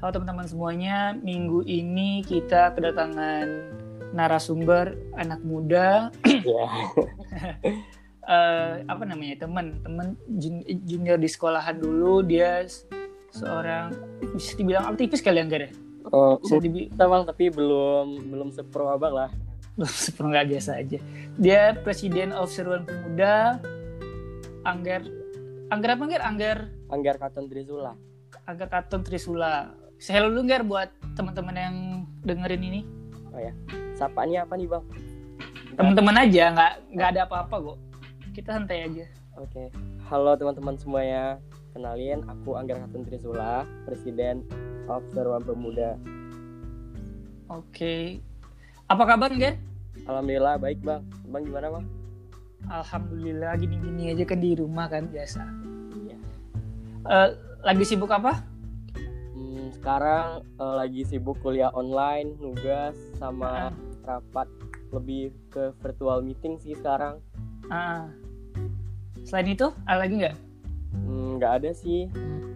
Halo teman-teman semuanya, minggu ini kita kedatangan narasumber anak muda, teman junior di sekolahan dulu. Dia seorang bisa dibilang aktivis kali ya? Bisa bang, tapi belum sepro abang lah. Belum sepro, nggak, biasa aja. Dia presiden of Seruan Pemuda, Angger Katon Trisula. Angger Katon Trisula. Hello dulu Ngger buat teman-teman yang dengerin ini. Oh ya, sapaannya apa nih bang? Teman-teman aja, nggak ada apa-apa kok. Kita santai aja. Oke. Halo teman-teman semuanya, kenalin aku Angger Katon Trisula, presiden of Seruan Pemuda. Oke. Apa kabar Ngger? Alhamdulillah baik bang. Bang gimana bang? Alhamdulillah gini-gini aja kan, di rumah kan biasa. Iya. Lagi sibuk apa? Sekarang lagi sibuk kuliah online, nugas sama rapat, lebih ke virtual meeting sih sekarang. Selain itu, ada lagi nggak? Nggak ada sih.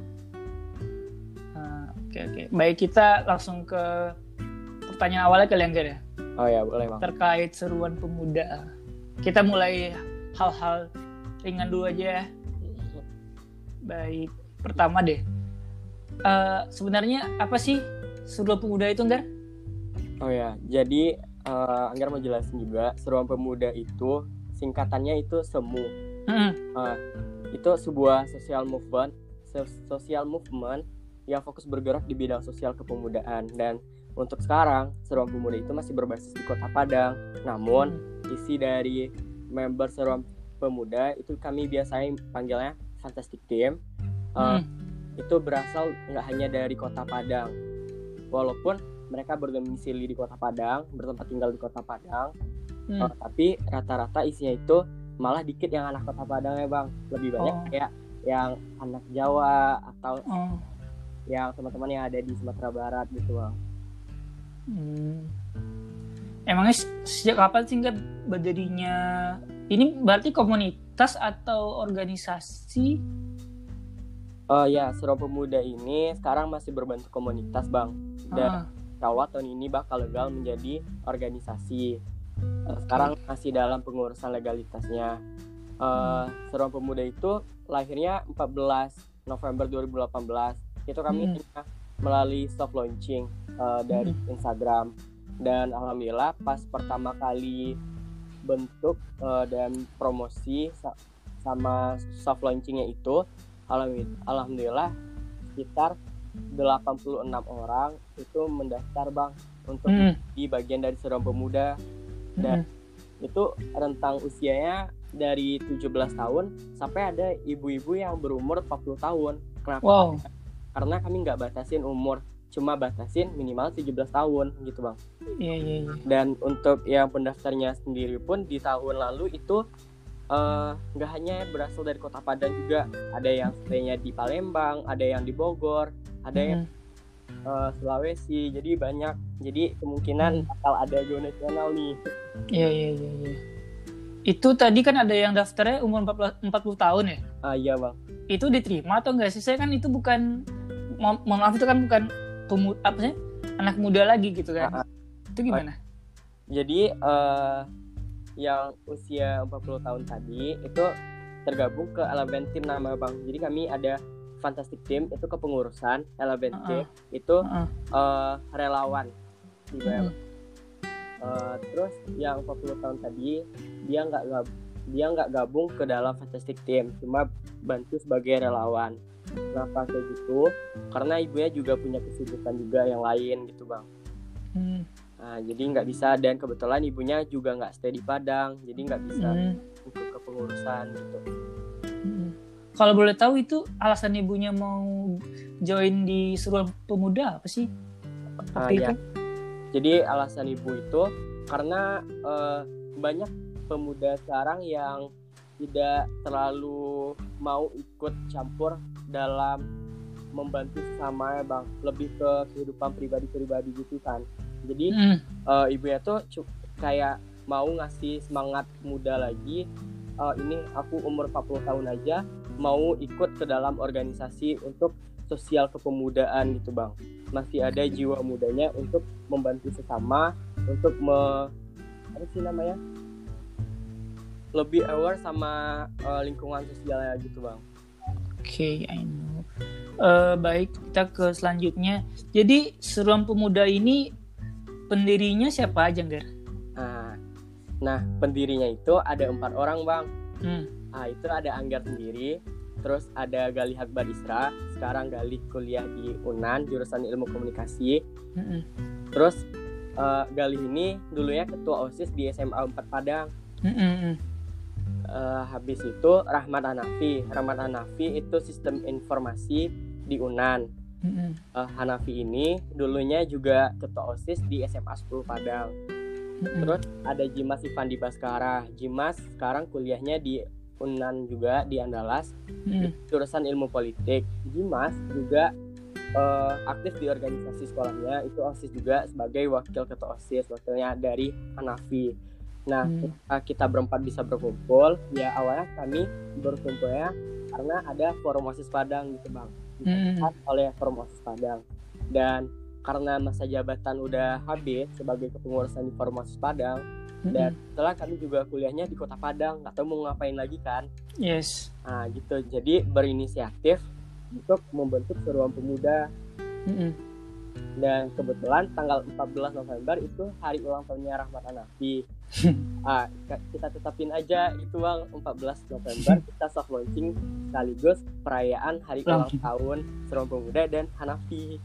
Oke. Baik, kita langsung ke pertanyaan awalnya kali ya. Oh ya, boleh bang. Terkait Seruan Pemuda. Kita mulai hal-hal ringan dulu aja ya. Baik, pertama deh. Sebenarnya apa sih Seruan Pemuda itu, Nggar? Oh ya, jadi Anggar mau jelasin juga. Seruan Pemuda itu singkatannya itu SEMU. Itu sebuah social movement yang fokus bergerak di bidang sosial kepemudaan. Dan untuk sekarang Seruan Pemuda itu masih berbasis di Kota Padang. Namun isi dari member Seruan Pemuda itu kami biasanya panggilnya Fantastic Team. Itu berasal nggak hanya dari Kota Padang, walaupun mereka berdomisili di Kota Padang, bertempat tinggal di Kota Padang, tapi rata-rata isinya itu malah dikit yang anak Kota Padang ya bang, lebih banyak kayak yang anak Jawa atau yang teman-teman yang ada di Sumatera Barat gitu bang. Emangnya sejak kapan sih nggak berdirinya? Ini berarti komunitas atau organisasi? Ya, Seruan Pemuda ini sekarang masih berbentuk komunitas bang, dan insya tahun ini bakal legal menjadi organisasi. Sekarang masih dalam pengurusan legalitasnya. Seruan Pemuda itu lahirnya 14 November 2018. Itu kami melalui soft launching dari Instagram, dan alhamdulillah pas pertama kali bentuk dan promosi sama soft launchingnya itu, alhamdulillah sekitar 86 orang itu mendaftar bang untuk di bagian dari Seruan Pemuda. Dan itu rentang usianya dari 17 tahun sampai ada ibu-ibu yang berumur 40 tahun. Kenapa? Wow. Karena kami nggak batasin umur, cuma batasin minimal 17 tahun gitu bang. Iya. Dan untuk yang pendaftarnya sendiri pun di tahun lalu itu nggak hanya berasal dari Kota Padang juga, ada yang stay-nya di Palembang, ada yang di Bogor, ada yang Sulawesi, jadi banyak. Jadi kemungkinan bakal ada go nasional nih. Iya. Itu tadi kan ada yang daftarnya umur 40 tahun ya? Iya bang. Itu diterima atau enggak sih? Saya kan itu bukan, mohon maaf, itu kan bukan anak muda lagi gitu kan? Itu gimana? Jadi yang usia 40 tahun tadi itu tergabung ke Eleven Team nama bang. Jadi kami ada Fantastic Team itu kepengurusan, Eleven Team itu relawan di bawah. Terus yang 40 tahun tadi dia nggak gabung ke dalam Fantastic Team, cuma bantu sebagai relawan. Kenapa kayak gitu? Karena ibunya juga punya kesibukan juga yang lain gitu bang. Nah, jadi nggak bisa, dan kebetulan ibunya juga nggak stay di Padang, jadi nggak bisa untuk kepengurusan gitu. Kalau boleh tahu itu alasan ibunya mau join di Seruan Pemuda apa sih? Ya. Jadi alasan ibu itu karena banyak pemuda sekarang yang tidak terlalu mau ikut campur dalam membantu sesama ya bang, lebih ke kehidupan pribadi gitu kan. Jadi ibunya tuh kayak mau ngasih semangat muda lagi. Ini aku umur 40 tahun aja mau ikut ke dalam organisasi untuk sosial kepemudaan gitu bang. masih ada jiwa mudanya untuk membantu sesama, untuk lebih aware sama lingkungan sosialnya gitu bang. Oke, I know. Baik, kita ke selanjutnya. Jadi Seruan Pemuda ini pendirinya siapa aja, Ger? Nah, pendirinya itu ada 4 orang bang. Itu ada Anggar sendiri, terus ada Galih Akbar Isra, sekarang Galih kuliah di UNAN jurusan Ilmu Komunikasi. Terus Galih ini dulunya ketua OSIS di SMA 4 Padang. Habis itu Rahmat Hanafi itu sistem informasi di UNAN. Hanafi ini dulunya juga ketua OSIS di SMA 10 Padang. Terus ada Jimas Ivandi Baskara. Jimas sekarang kuliahnya di UNAN juga di Andalas, jurusan Ilmu Politik. Jimas juga aktif di organisasi sekolahnya, itu OSIS juga sebagai wakil ketua OSIS, wakilnya dari Hanafi. Nah, kita berempat bisa berkumpul. Ya awalnya kami berkumpulnya karena ada Forum OSIS Padang gitu bang, diangkat oleh Forum OSIS Padang. Dan karena masa jabatan udah habis sebagai kepengurusan di Forum OSIS Padang, dan setelah kami juga kuliahnya di Kota Padang, nggak tahu mau ngapain lagi kan. Yes. Nah gitu, jadi berinisiatif untuk membentuk Seruan Pemuda. Dan kebetulan tanggal 14 November itu hari ulang tahunnya Rahmat Hanafi. Kita tetapin aja itu bang, 14 November kita soft launching sekaligus perayaan hari ulang tahun Seruan Pemuda dan Hanafi.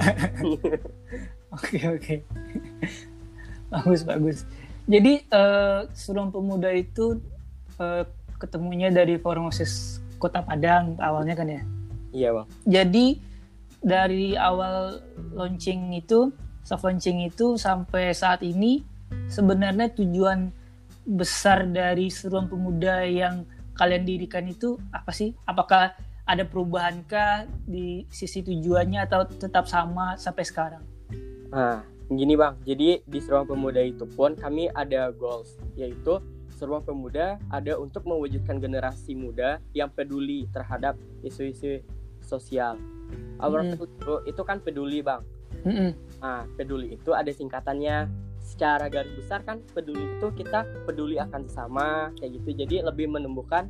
Oke. Bagus. Jadi Seruan Pemuda itu ketemunya dari Forum OSIS Kota Padang awalnya kan ya? Iya bang. Jadi dari awal soft launching itu sampai saat ini sebenarnya tujuan besar dari Seruan Pemuda yang kalian dirikan itu apa sih? Apakah ada perubahankah di sisi tujuannya atau tetap sama sampai sekarang? Gini bang, jadi di Seruan Pemuda itu pun kami ada goals, yaitu Seruan Pemuda ada untuk mewujudkan generasi muda yang peduli terhadap isu-isu sosial. Itu kan peduli bang. Peduli itu ada singkatannya. Secara garis besar kan peduli itu kita peduli akan sesama kayak gitu. Jadi lebih menumbuhkan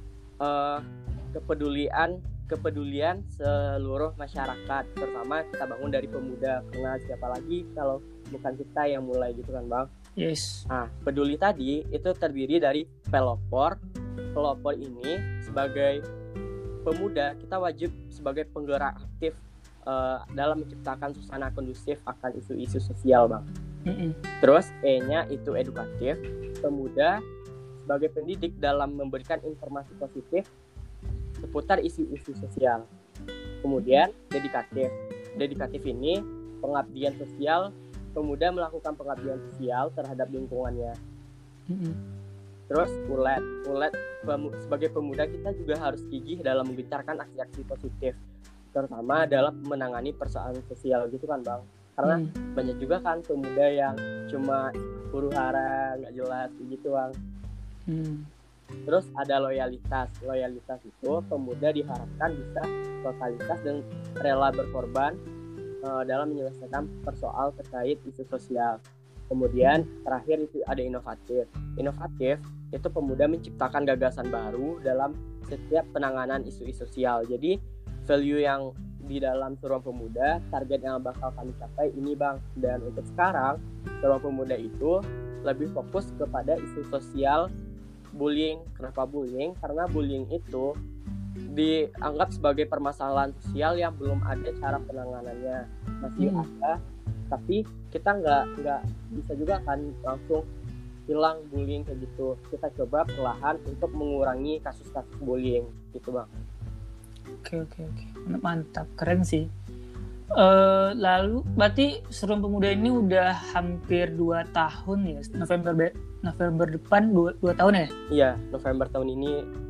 kepedulian seluruh masyarakat, terutama kita bangun dari pemuda, karena siapa lagi kalau bukan kita yang mulai gitu kan bang. Yes. Peduli tadi itu terdiri dari pelopor ini sebagai pemuda kita wajib sebagai penggerak aktif dalam menciptakan suasana kondusif akan isu-isu sosial bang. Terus E-nya itu edukatif, pemuda sebagai pendidik dalam memberikan informasi positif seputar isu-isu sosial. Kemudian dedikatif ini pengabdian sosial, pemuda melakukan pengabdian sosial terhadap lingkungannya. Terus ulet sebagai pemuda kita juga harus gigih dalam menggencarkan aksi-aksi positif, terutama dalam menangani persoalan sosial gitu kan bang. Karena banyak juga kan pemuda yang cuma huru-hara nggak jelas gitu bang. Terus ada loyalitas itu pemuda diharapkan bisa totalitas dan rela berkorban dalam menyelesaikan persoalan terkait isu sosial. Kemudian terakhir itu ada inovatif itu pemuda menciptakan gagasan baru dalam setiap penanganan isu-isu sosial. Jadi value yang di dalam Seruan Pemuda, target yang bakal kami capai ini bang. Dan untuk sekarang Seruan Pemuda itu lebih fokus kepada isu sosial bullying. Kenapa bullying? Karena bullying itu dianggap sebagai permasalahan sosial yang belum ada cara penanganannya. Masih ada, tapi kita nggak bisa juga kan langsung hilang bullying kayak gitu. Kita coba perlahan untuk mengurangi kasus-kasus bullying gitu bang. Oke. Mantap, keren sih. Lalu berarti Seruan Pemuda ini udah hampir 2 tahun ya. November depan 2 tahun ya? Iya, November tahun ini.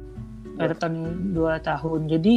Tahun 2 tahun. Jadi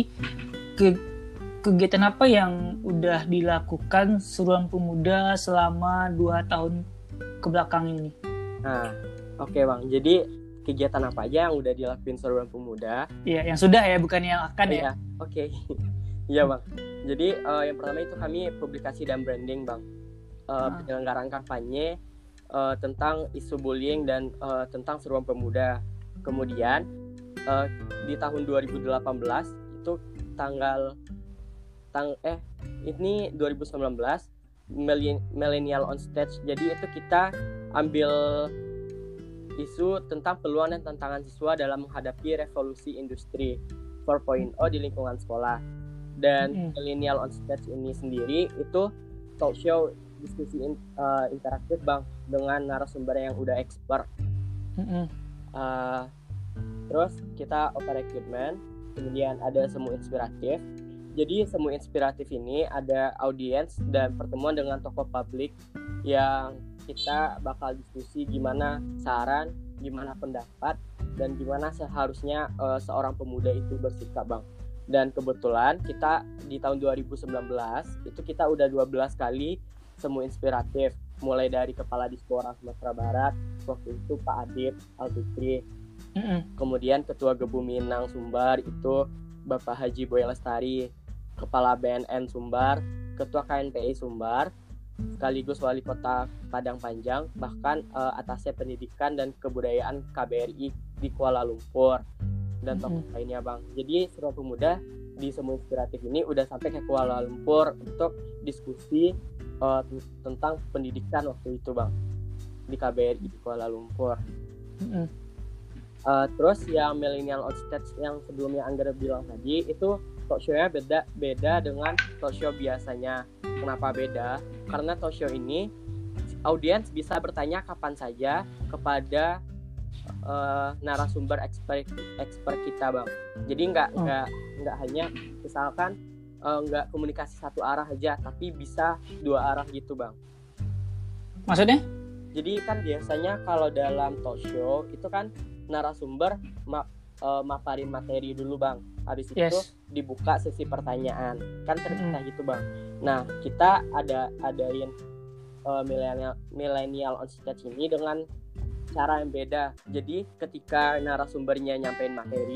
kegiatan apa yang udah dilakukan Seruan Pemuda selama 2 tahun kebelakang ini? Oke bang. Jadi kegiatan apa aja yang udah dilakuin Seruan Pemuda? Iya, yang sudah ya, bukan yang akan ya. Oke. Iya bang. Jadi yang pertama itu kami publikasi dan branding Bang, penyelenggaraan kampanye tentang isu bullying dan tentang seruan pemuda. Kemudian di tahun 2018 itu ini 2019 Millennial on Stage. Jadi itu kita ambil isu tentang peluang dan tantangan siswa dalam menghadapi revolusi industri 4.0 di lingkungan sekolah. Dan Millennial on Stage ini sendiri itu talk show diskusi interaktif Bang, dengan narasumber yang udah expert. Terus kita open recruitment, kemudian ada semu inspiratif. Jadi semu inspiratif ini ada audiens dan pertemuan dengan tokoh publik yang kita bakal diskusi gimana saran, gimana pendapat, dan gimana seharusnya seorang pemuda itu bersikap Bang. Dan kebetulan kita di tahun 2019 itu kita udah 12 kali semu inspiratif, mulai dari Kepala Dispora Sumatera Barat waktu itu Pak Adib Al-Fikri, kemudian Ketua Gebu Minang Sumbar itu Bapak Haji Boy Lestari, Kepala BNN Sumbar, Ketua KNPI Sumbar, sekaligus Wali Kota Padang Panjang, bahkan atasnya pendidikan dan kebudayaan KBRI di Kuala Lumpur, dan tokoh lainnya Bang. Jadi Seruan Pemuda di Semu Inspiratif ini udah sampai ke Kuala Lumpur untuk diskusi tentang pendidikan waktu itu Bang, di KBRI di Kuala Lumpur. Terus yang Millennial on Stage yang sebelumnya Angga bilang tadi itu talk show-nya beda dengan talk show biasanya. Kenapa beda? Karena talk show ini audiens bisa bertanya kapan saja kepada narasumber expert kita Bang. Jadi nggak hanya misalkan nggak komunikasi satu arah aja, tapi bisa dua arah gitu Bang. Maksudnya? Jadi kan biasanya kalau dalam talk show itu kan narasumber maparin materi dulu Bang. Habis itu dibuka sesi pertanyaan. Kan terpisah gitu Bang. Nah, kita adain Millennial on Stage ini dengan cara yang beda. Jadi ketika narasumbernya nyampein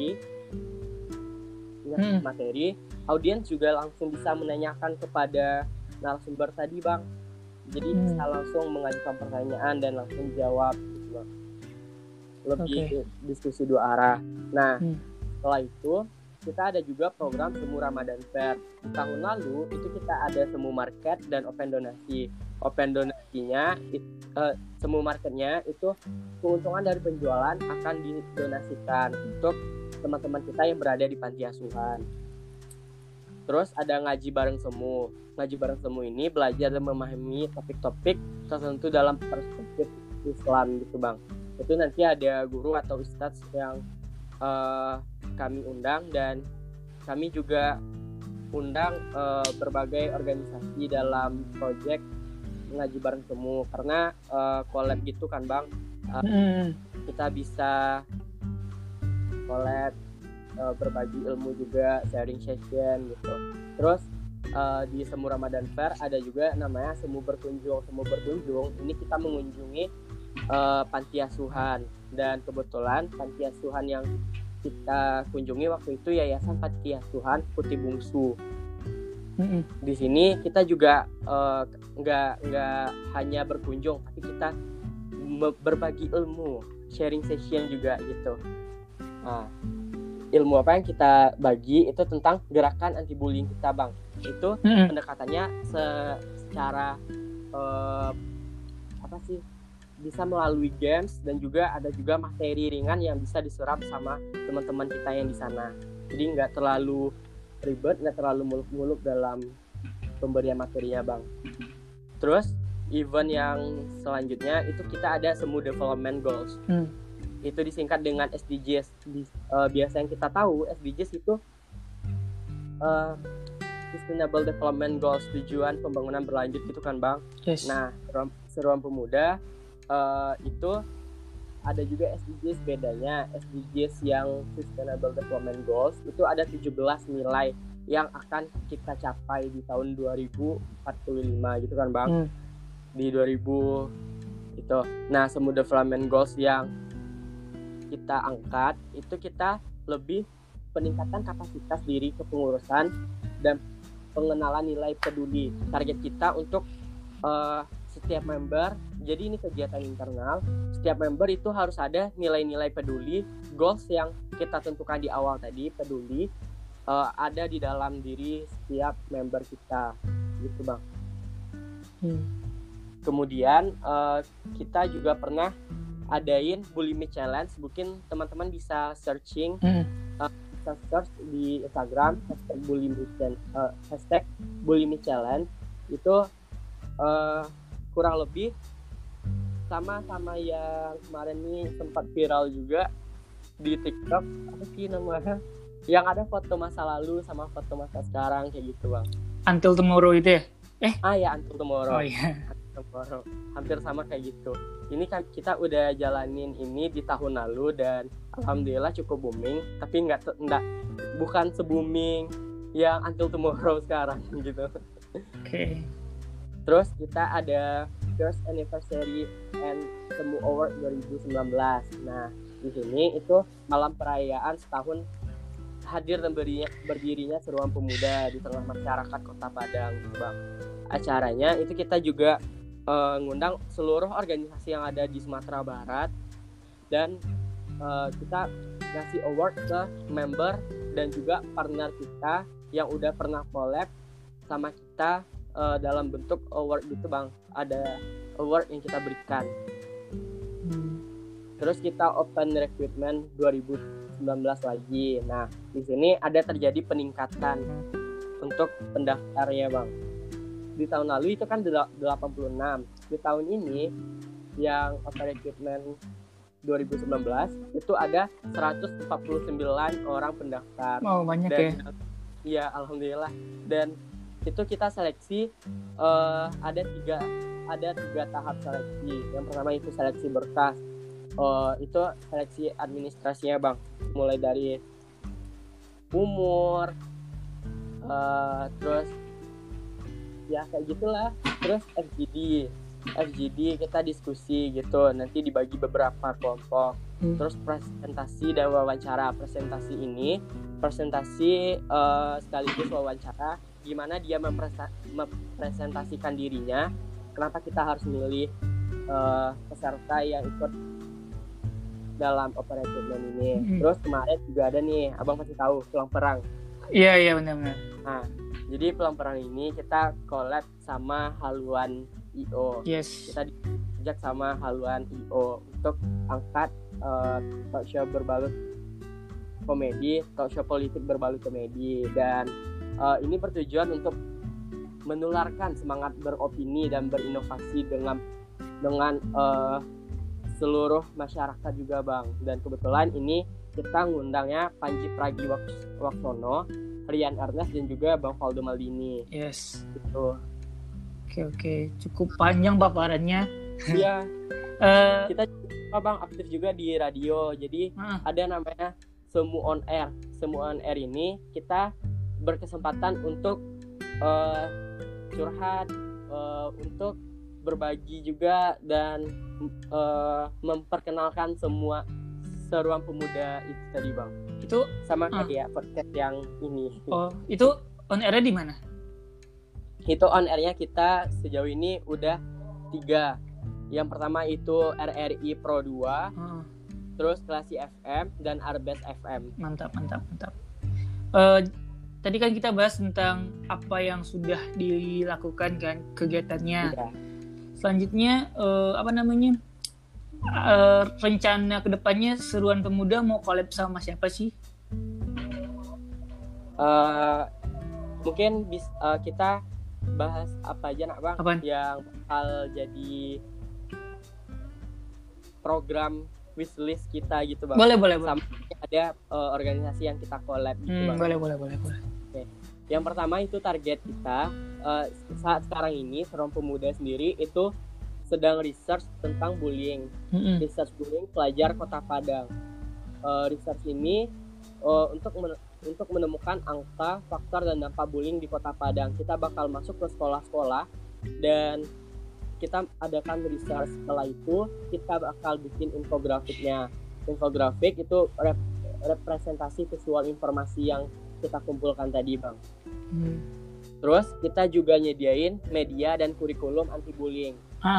materi, audiens juga langsung bisa menanyakan kepada narasumber tadi Bang. Jadi bisa langsung mengajukan pertanyaan dan langsung jawab gitu Bang. Lebih diskusi dua arah. Nah, setelah itu kita ada juga program Semu Ramadan Fair. Tahun lalu itu kita ada Semu Market dan Open Donasi. Open donasinya, Semu Marketnya itu keuntungan dari penjualan akan didonasikan untuk teman-teman kita yang berada di panti asuhan. Terus ada ngaji bareng semu. Ngaji bareng semu ini belajar dan memahami topik-topik tertentu dalam perspektif Islam gitu Bang. Itu nanti ada guru atau ustadz yang kami undang, dan kami juga undang berbagai organisasi dalam proyek ngaji bareng semu, karena collab gitu kan Bang. Kita bisa collab, berbagi ilmu juga, sharing session gitu. Terus di Semu Ramadan Fair ada juga namanya Semu Berkunjung. Semu Berkunjung ini kita mengunjungi panti asuhan, dan kebetulan panti asuhan yang kita kunjungi waktu itu Yayasan Panti Asuhan Putih Bungsu. Di sini kita juga nggak hanya berkunjung, tapi kita berbagi ilmu, sharing session juga gitu. Nah, ilmu apa yang kita bagi itu tentang gerakan anti bullying kita Bang. Itu pendekatannya secara bisa melalui games, dan juga ada juga materi ringan yang bisa diserap sama teman-teman kita yang di sana. Jadi nggak terlalu ribet, nggak terlalu muluk-muluk dalam pemberian materinya Bang. Terus event yang selanjutnya itu kita ada Semu Development Goals. Itu disingkat dengan SDGs. Biasa yang kita tahu SDGs itu Sustainable Development Goals, tujuan pembangunan berlanjut gitu kan Bang. Nah, Seruan Pemuda itu ada juga SDGs. Bedanya SDGs yang Sustainable Development Goals itu ada 17 nilai yang akan kita capai di tahun 2045 gitu kan Bang. Di 2000 itu. Nah, Semu Development Goals yang kita angkat itu kita lebih peningkatan kapasitas diri kepengurusan dan pengenalan nilai peduli. Target kita untuk setiap member, jadi ini kegiatan internal, setiap member itu harus ada nilai-nilai peduli, goals yang kita tentukan di awal tadi, peduli, ada di dalam diri setiap member kita, gitu Bang. Kemudian kita juga pernah adain bulimi challenge, mungkin teman-teman bisa searching, bisa search di Instagram hashtag bulimi challenge, itu kurang lebih sama yang kemarin nih sempat viral juga di TikTok, apa sih namanya, yang ada foto masa lalu sama foto masa sekarang kayak gitu Bang. Until Tomorrow itu ya? Ya Until Tomorrow. Oh iya. Tomorrow. Hampir sama kayak gitu. Ini kan kita udah jalanin ini di tahun lalu dan alhamdulillah cukup booming, tapi bukan se-booming yang Until Tomorrow sekarang gitu. Oke. Terus kita ada First Anniversary and Semu Award 2019. Nah, di sini itu malam perayaan setahun hadir dan berdirinya Seruan Pemuda di tengah masyarakat Kota Padang, Bang. Acaranya itu kita juga ngundang seluruh organisasi yang ada di Sumatera Barat, dan kita ngasih award ke member dan juga partner kita yang udah pernah collab sama kita dalam bentuk award gitu Bang. Ada award yang kita berikan. Terus kita open recruitment 2019 lagi. Nah, di sini ada terjadi peningkatan untuk pendaftarnya Bang. Di tahun lalu itu kan 86. Di tahun ini yang open recruitment 2019 itu ada 149 orang pendaftar. Oh, banyak dan, ya. Iya, alhamdulillah. Dan itu kita seleksi ada tiga tahap seleksi. Yang pertama itu seleksi berkas, itu seleksi administrasinya Bang, mulai dari umur, terus ya kayak gitulah. Terus FGD kita diskusi gitu, nanti dibagi beberapa kelompok. Terus presentasi dan wawancara. Presentasi sekaligus wawancara, gimana dia mempresentasikan dirinya, kenapa kita harus milih peserta yang ikut dalam open recruitment ini. Terus kemarin juga ada nih, Abang pasti tahu, Pelang Perang. Iya benar-benar. Nah, jadi Pelang Perang ini kita collab sama Haluan IO. Yes. Kita diajak sama Haluan IO untuk angkat talk show berbalut komedi, talk show politik berbalut komedi, dan ini bertujuan untuk menularkan semangat beropini dan berinovasi dengan seluruh masyarakat juga Bang. Dan kebetulan ini kita ngundangnya Panji Pragiwaksono, Rian Ernest, dan juga Bang Valdo Maldini. Yes. Gitu. Oke. Cukup panjang paparannya. Iya. Kita Bang aktif juga di radio. Jadi ada namanya Semu on Air. Semu on Air ini kita berkesempatan untuk curhat, untuk berbagi juga, dan memperkenalkan semua Seruan Pemuda itu tadi Bang. Itu sama kayak podcast yang ini. Oh, itu on air-nya di mana? Itu on air-nya kita sejauh ini udah 3. Yang pertama itu RRI Pro 2, terus Klasi FM dan Arbes FM. Mantap. Tadi kan kita bahas tentang apa yang sudah dilakukan kan kegiatannya. Iya. Selanjutnya rencana kedepannya Seruan Pemuda mau collab sama siapa sih? Mungkin kita bahas apa aja Bang? Apaan? Yang bakal jadi program wishlist kita gitu Bang. Boleh. Sama ada organisasi yang kita collab gitu Bang. Boleh. Oke. Yang pertama itu target kita saat sekarang ini Seruan Pemuda sendiri itu sedang research tentang bullying. Research bullying pelajar Kota Padang. Research ini untuk menemukan angka, faktor, dan dampak bullying di Kota Padang. Kita bakal masuk ke sekolah-sekolah dan kita adakan research. Setelah itu kita bakal bikin infografiknya. Infografik itu representasi visual informasi yang kita kumpulkan tadi Bang. Terus kita juga nyediain media dan kurikulum anti bullying.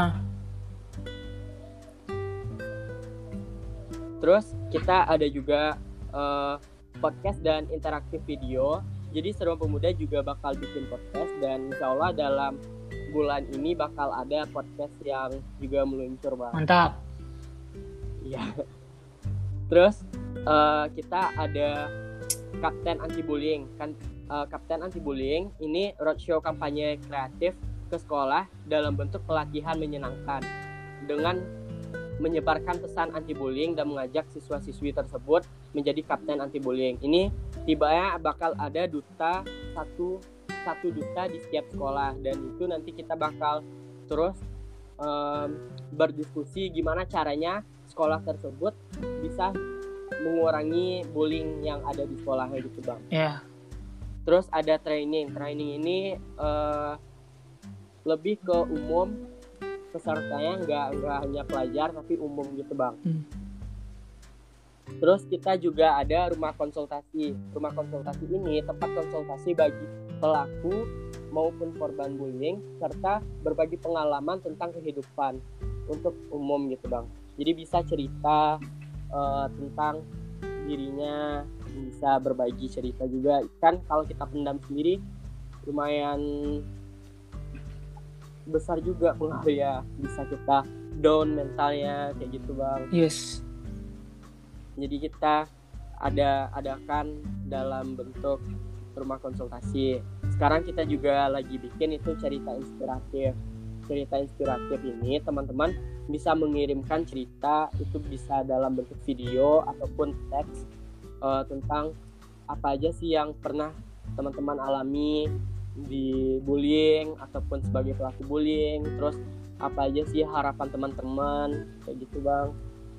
Terus kita ada juga podcast dan interaktif video. Jadi Seruan Pemuda juga bakal bikin podcast, dan insya Allah dalam bulan ini bakal ada podcast yang juga meluncur, Bang. Mantap. Iya. Terus kita ada Kapten Anti Bullying. Kapten Anti Bullying ini roadshow kampanye kreatif ke sekolah dalam bentuk pelatihan menyenangkan dengan menyebarkan pesan anti bullying dan mengajak siswa-siswi tersebut menjadi kapten anti bullying. Ini tibanya bakal ada satu duta di setiap sekolah, dan itu nanti kita bakal terus berdiskusi gimana caranya sekolah tersebut bisa mengurangi bullying yang ada di sekolahnya gitu, Bang. Yeah. Terus ada training ini lebih ke umum, pesertanya nggak hanya pelajar tapi umum gitu, Bang. Terus kita juga ada rumah konsultasi ini tempat konsultasi bagi pelaku maupun korban bullying serta berbagi pengalaman tentang kehidupan untuk umum gitu, Bang. Jadi bisa cerita tentang dirinya, bisa berbagi cerita juga. Kan kalau kita pendam sendiri lumayan besar juga pengaruh ya, bisa kita down mentalnya kayak gitu, Bang. Yes. Jadi kita adakan dalam bentuk rumah konsultasi. Sekarang kita juga lagi bikin itu cerita inspiratif ini teman-teman bisa mengirimkan cerita, itu bisa dalam bentuk video ataupun teks tentang apa aja sih yang pernah teman-teman alami di bullying ataupun sebagai pelaku bullying, terus apa aja sih harapan teman-teman kayak gitu, Bang.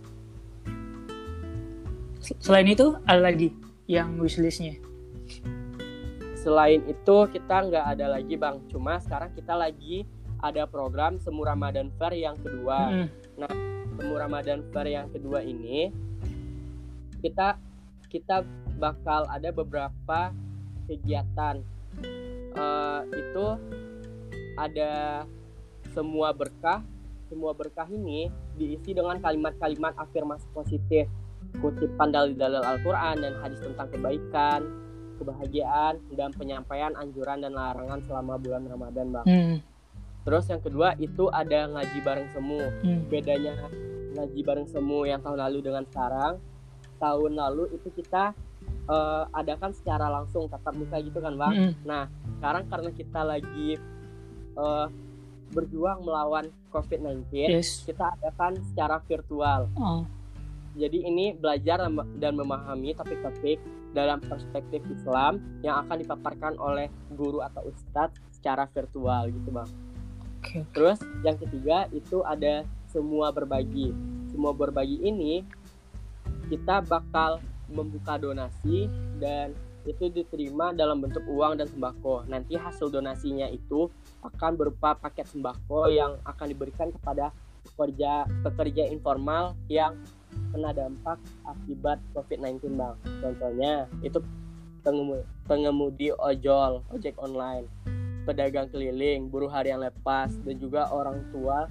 Selain itu ada lagi yang wishlistnya? Selain itu kita nggak ada lagi, Bang, cuma sekarang kita lagi ada program Semu Ramadan Fair yang kedua. Nah, Semu Ramadan Fair yang kedua ini kita bakal ada beberapa kegiatan. Itu ada semua berkah ini diisi dengan kalimat-kalimat afirmasi positif, kutipan dalil-dalil Al-Quran dan hadis tentang kebaikan, kebahagiaan, dan penyampaian anjuran dan larangan selama bulan Ramadan, Bang. Terus yang kedua itu ada ngaji bareng semu. Bedanya ngaji bareng semu yang tahun lalu dengan sekarang, tahun lalu itu kita adakan secara langsung tatap muka gitu kan, Bang. Nah, sekarang karena kita lagi berjuang melawan COVID-19, kita adakan secara virtual. Jadi ini belajar dan memahami topik-topik dalam perspektif Islam yang akan dipaparkan oleh guru atau ustadz secara virtual gitu, Bang. Terus yang ketiga itu ada semua berbagi. Semua berbagi ini kita bakal membuka donasi dan itu diterima dalam bentuk uang dan sembako. Nanti hasil donasinya itu akan berupa paket sembako yang akan diberikan kepada pekerja informal yang kena dampak akibat COVID-19, Bang. Contohnya itu pengemudi ojek online, pedagang keliling, buruh harian lepas, dan juga orang tua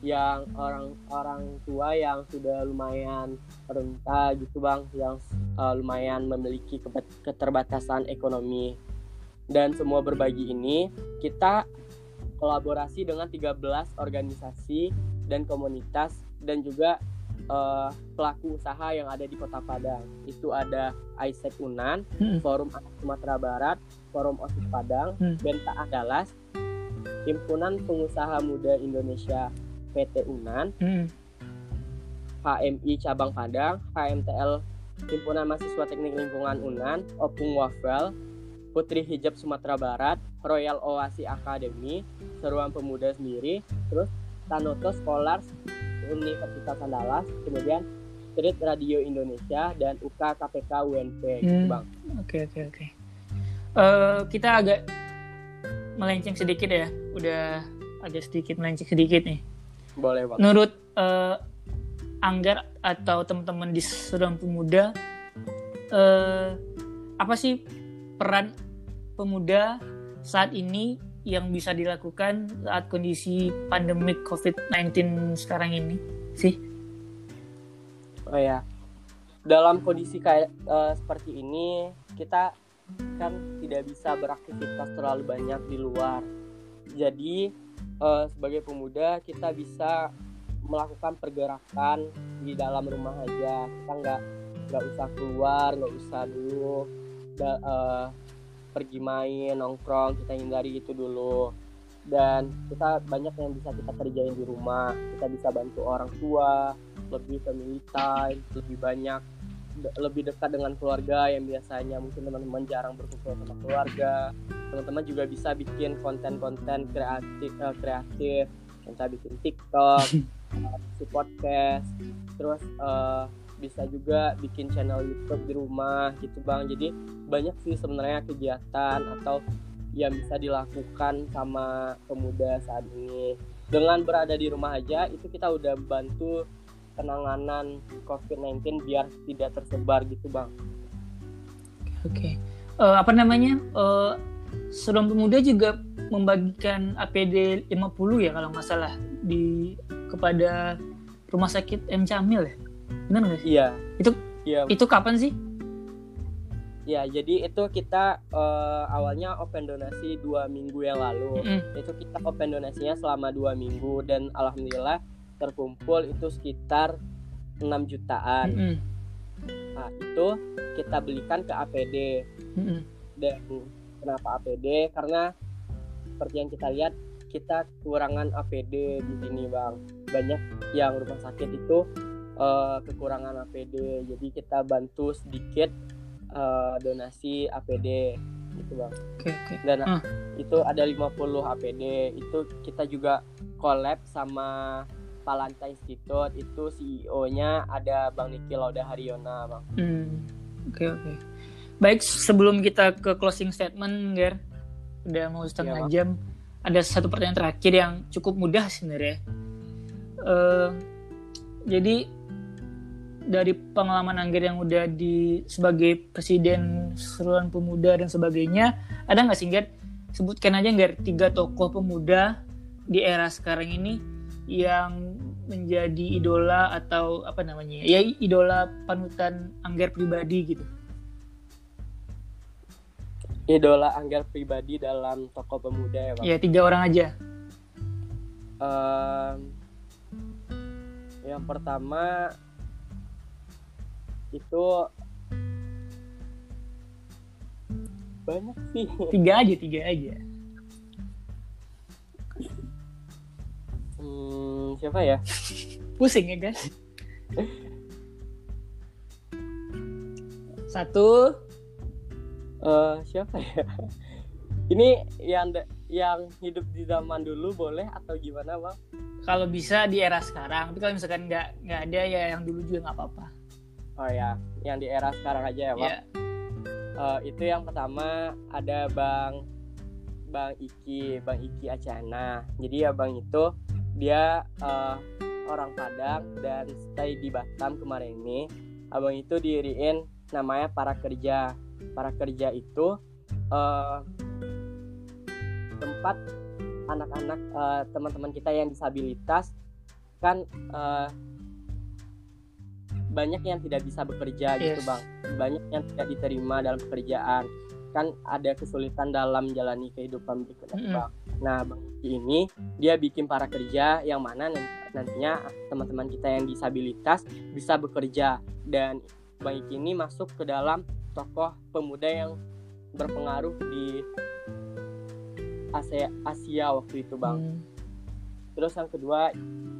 yang sudah lumayan renta gitu, Bang, yang lumayan memiliki keterbatasan ekonomi. Dan semua berbagi ini kita kolaborasi dengan 13 organisasi dan komunitas dan juga pelaku usaha yang ada di Kota Padang. Itu ada ISEC Unan, Forum Anak Sumatera Barat, Forum OSIS Padang, Benta Andalas, Himpunan Pengusaha Muda Indonesia PT Unan, HMI Cabang Padang, HMTL Himpunan Mahasiswa Teknik Lingkungan Unan, Opung Wafel, Putri Hijab Sumatera Barat, Royal Oasi Academy, Seruan Pemuda sendiri, terus Tanoto Scholars Universitas Andalas, kemudian Street Radio Indonesia dan UK KPK UNP gitu, Bang. Oke. Kita agak melenceng sedikit ya, udah agak sedikit melenceng sedikit nih. Boleh, Bang. Menurut Anggar atau teman-teman di Seruan Pemuda, apa sih peran pemuda saat ini yang bisa dilakukan saat kondisi pandemik COVID-19 sekarang ini sih? Oh ya, dalam kondisi kayak seperti ini kita kan tidak bisa beraktivitas terlalu banyak di luar. Jadi sebagai pemuda kita bisa melakukan pergerakan di dalam rumah aja. Kita nggak usah keluar, nggak usah dulu pergi main, nongkrong, kita hindari itu dulu. Dan kita banyak yang bisa kita kerjain di rumah. Kita bisa bantu orang tua, lebih family time, lebih banyak, lebih dekat dengan keluarga yang biasanya mungkin teman-teman jarang berkumpul sama keluarga. Teman-teman juga bisa bikin konten-konten kreatif, kita bikin TikTok, podcast, terus bisa juga bikin channel YouTube di rumah gitu Bang. Jadi banyak sih sebenarnya kegiatan atau yang bisa dilakukan sama pemuda saat ini. Dengan berada di rumah aja itu kita udah bantu penanganan COVID-19 biar tidak tersebar gitu Bang. Oke. Serum Pemuda juga membagikan APD 50 ya kalau nggak salah kepada Rumah Sakit M. Camil ya? Benar nggak sih? Iya. Itu kapan sih? Ya, jadi itu kita awalnya open donasi 2 minggu yang lalu. Itu kita open donasinya selama 2 minggu dan alhamdulillah terkumpul itu sekitar 6 jutaan. Nah, itu kita belikan ke APD. Dan kenapa APD? Karena seperti yang kita lihat, kita kekurangan APD di sini Bang. Banyak yang rumah sakit itu kekurangan APD. Jadi kita bantu sedikit donasi APD gitu Bang. Okay. Dan itu ada 50 APD. Itu kita juga collab sama Palanta Institute. Itu CEO-nya ada Bang Niki Lauda Haryona Bang. Oke. Baik, sebelum kita ke closing statement Ger, udah mau setengah jam. Ada satu pertanyaan terakhir yang cukup mudah sebenarnya. Jadi dari pengalaman Angger yang udah sebagai presiden Seruan Pemuda dan sebagainya, ada nggak sih Angger, sebutkan aja Angger 3 tokoh pemuda di era sekarang ini yang menjadi idola atau idola panutan Angger pribadi gitu. Idola Angger pribadi dalam tokoh pemuda ya Bang? Ya 3 orang aja. Yang pertama itu banyak sih. 3 aja. Siapa ya? Pusing ya guys. 1. Siapa ya? Ini yang hidup di zaman dulu boleh atau gimana Bang? Kalau bisa di era sekarang, tapi kalau misalkan nggak ada ya yang dulu juga nggak apa-apa. Oh ya, yang di era sekarang aja ya Bang. Itu yang pertama ada Bang Iki Acana. Jadi ya Bang itu dia orang Padang dan stay di Batam kemarin ini. Abang itu diriin namanya Para Kerja. Para Kerja itu tempat anak-anak teman-teman kita yang disabilitas kan banyak yang tidak bisa bekerja gitu Bang. Banyak yang tidak diterima dalam pekerjaan. Kan ada kesulitan dalam menjalani kehidupan berikutnya Bang. Nah Bang ini dia bikin Para Kerja yang mana nantinya teman-teman kita yang disabilitas bisa bekerja. Dan Bang Iki ini masuk ke dalam tokoh pemuda yang berpengaruh di Asia waktu itu Bang. Terus yang kedua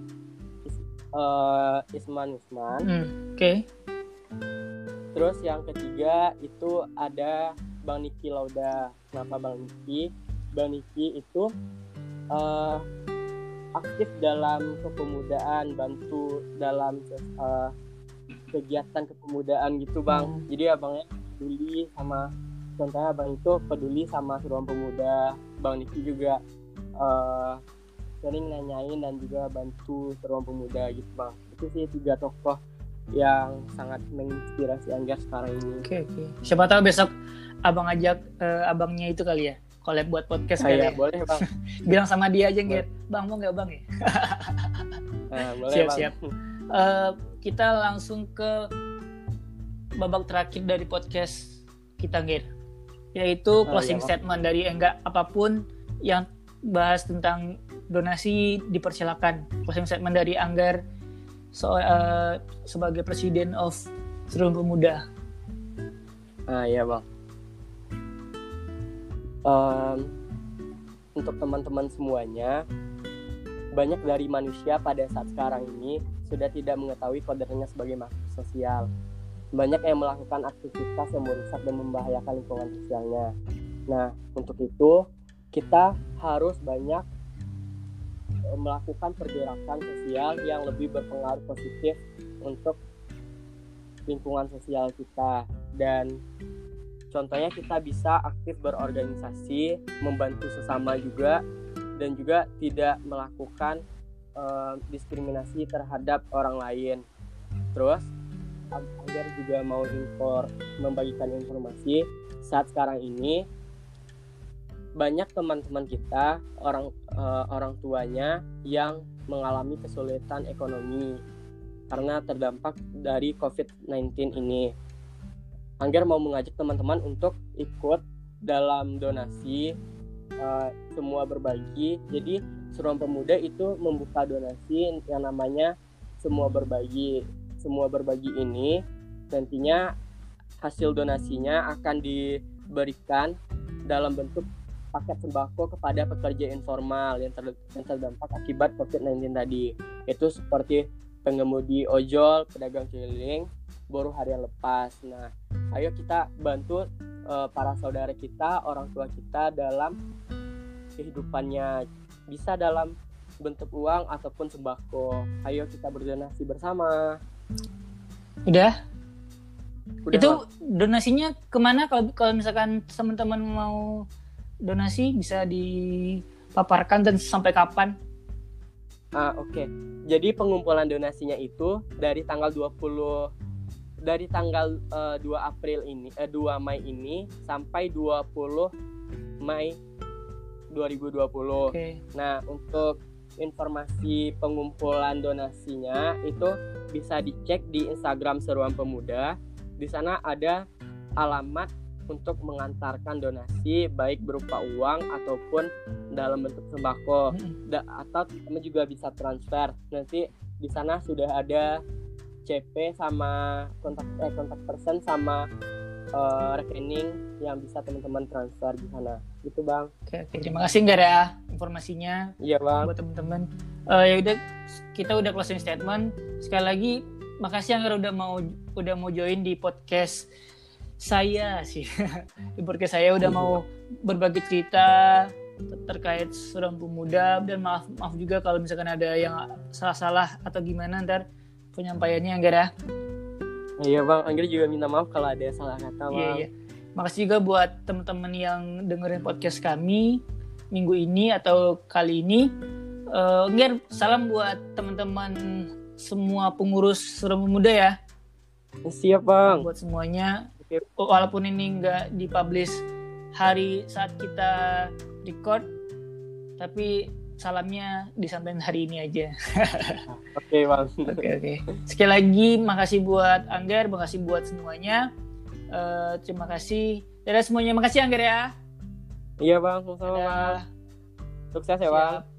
Isman. Oke. Terus yang ketiga itu ada Bang Niki Lauda. Kenapa Bang Niki? Bang Niki itu aktif dalam kepemudaan, bantu dalam kegiatan kepemudaan gitu Bang. Jadi abangnya peduli sama, contohnya abang itu peduli sama Seruan Pemuda. Bang Niki juga sering nanyain dan juga bantu Seruan Pemuda gitu Bang. Itu sih 3 tokoh yang sangat menginspirasi Angger sekarang ini. Oke. Siapa tahu besok abang ajak abangnya itu kali ya, collab buat podcast Iya, kali ya. boleh Bang. Bilang sama dia aja Ger. Bang mau nggak Bang ya? Nah, boleh Siap, Bang. siap. Kita langsung ke babak terakhir dari podcast kita Ger, yaitu closing Iya, Bang. statement dari Engga. Apapun yang bahas tentang donasi dipersilakan. Closing statement dari Anggar sebagai presiden of Serum Pemuda. Iya Bang. Untuk teman-teman semuanya, banyak dari manusia pada saat sekarang ini sudah tidak mengetahui kodratnya sebagai makhluk sosial. Banyak yang melakukan aktivitas yang merusak dan membahayakan lingkungan sosialnya. Nah, untuk itu kita harus banyak melakukan pergerakan sosial yang lebih berpengaruh positif untuk lingkungan sosial kita. Dan contohnya kita bisa aktif berorganisasi, membantu sesama juga, dan juga tidak melakukan diskriminasi terhadap orang lain. Terus agar juga mau membagikan informasi, saat sekarang ini banyak teman-teman kita orang tuanya yang mengalami kesulitan ekonomi karena terdampak dari COVID-19 ini. Angger mau mengajak teman-teman untuk ikut dalam donasi semua berbagi. Jadi Seruan Pemuda itu membuka donasi yang namanya Semua Berbagi. Semua Berbagi ini nantinya hasil donasinya akan diberikan dalam bentuk paket sembako kepada pekerja informal yang terdampak akibat COVID-19 tadi. Itu seperti pengemudi ojol, pedagang keliling, buruh harian lepas. Nah, ayo kita bantu para saudara kita, orang tua kita dalam kehidupannya, bisa dalam bentuk uang ataupun sembako. Ayo kita berdonasi bersama. Udah itu Bang. donasinya kemana? Kalau misalkan teman-teman mau donasi bisa dipaparkan dan sampai kapan? Oke. Jadi pengumpulan donasinya itu dari tanggal 2 April ini 2 Mei ini sampai 20 Mei 2020. Okay. Nah, untuk informasi pengumpulan donasinya itu bisa dicek di Instagram Seruan Pemuda. Di sana ada alamat untuk mengantarkan donasi baik berupa uang ataupun dalam bentuk sembako. Atau teman juga bisa transfer. Nanti di sana sudah ada CP sama kontak person sama rekening yang bisa teman-teman transfer di sana. Gitu Bang. Oke, terima kasih Nggar ya informasinya. Iya Bang. Buat teman-teman. Ya udah, kita udah closing statement. Sekali lagi makasih Anggar udah mau join di podcast saya sih. Di podcast saya udah mau berbagi cerita terkait Seruan Pemuda, dan maaf juga kalau misalkan ada yang salah-salah atau gimana ntar penyampaiannya Anggar ya. Iya Bang, Angger juga minta maaf kalau ada salah kata Bang. Iya. Makasih juga buat teman-teman yang dengerin podcast kami minggu ini atau kali ini. Angger, salam buat teman-teman semua pengurus Seruan Pemuda ya. Siap Bang. Buat semuanya. Oke. Walaupun ini nggak dipublish hari saat kita record, tapi salamnya disampaikan hari ini aja. Oke Bang. Oke. Sekali lagi makasih buat Anggar, makasih buat semuanya. Terima kasih. Dadah semuanya, makasih Anggar ya. Iya Bang, sama-sama Bang. Dadah. Sukses ya Bang. Siap.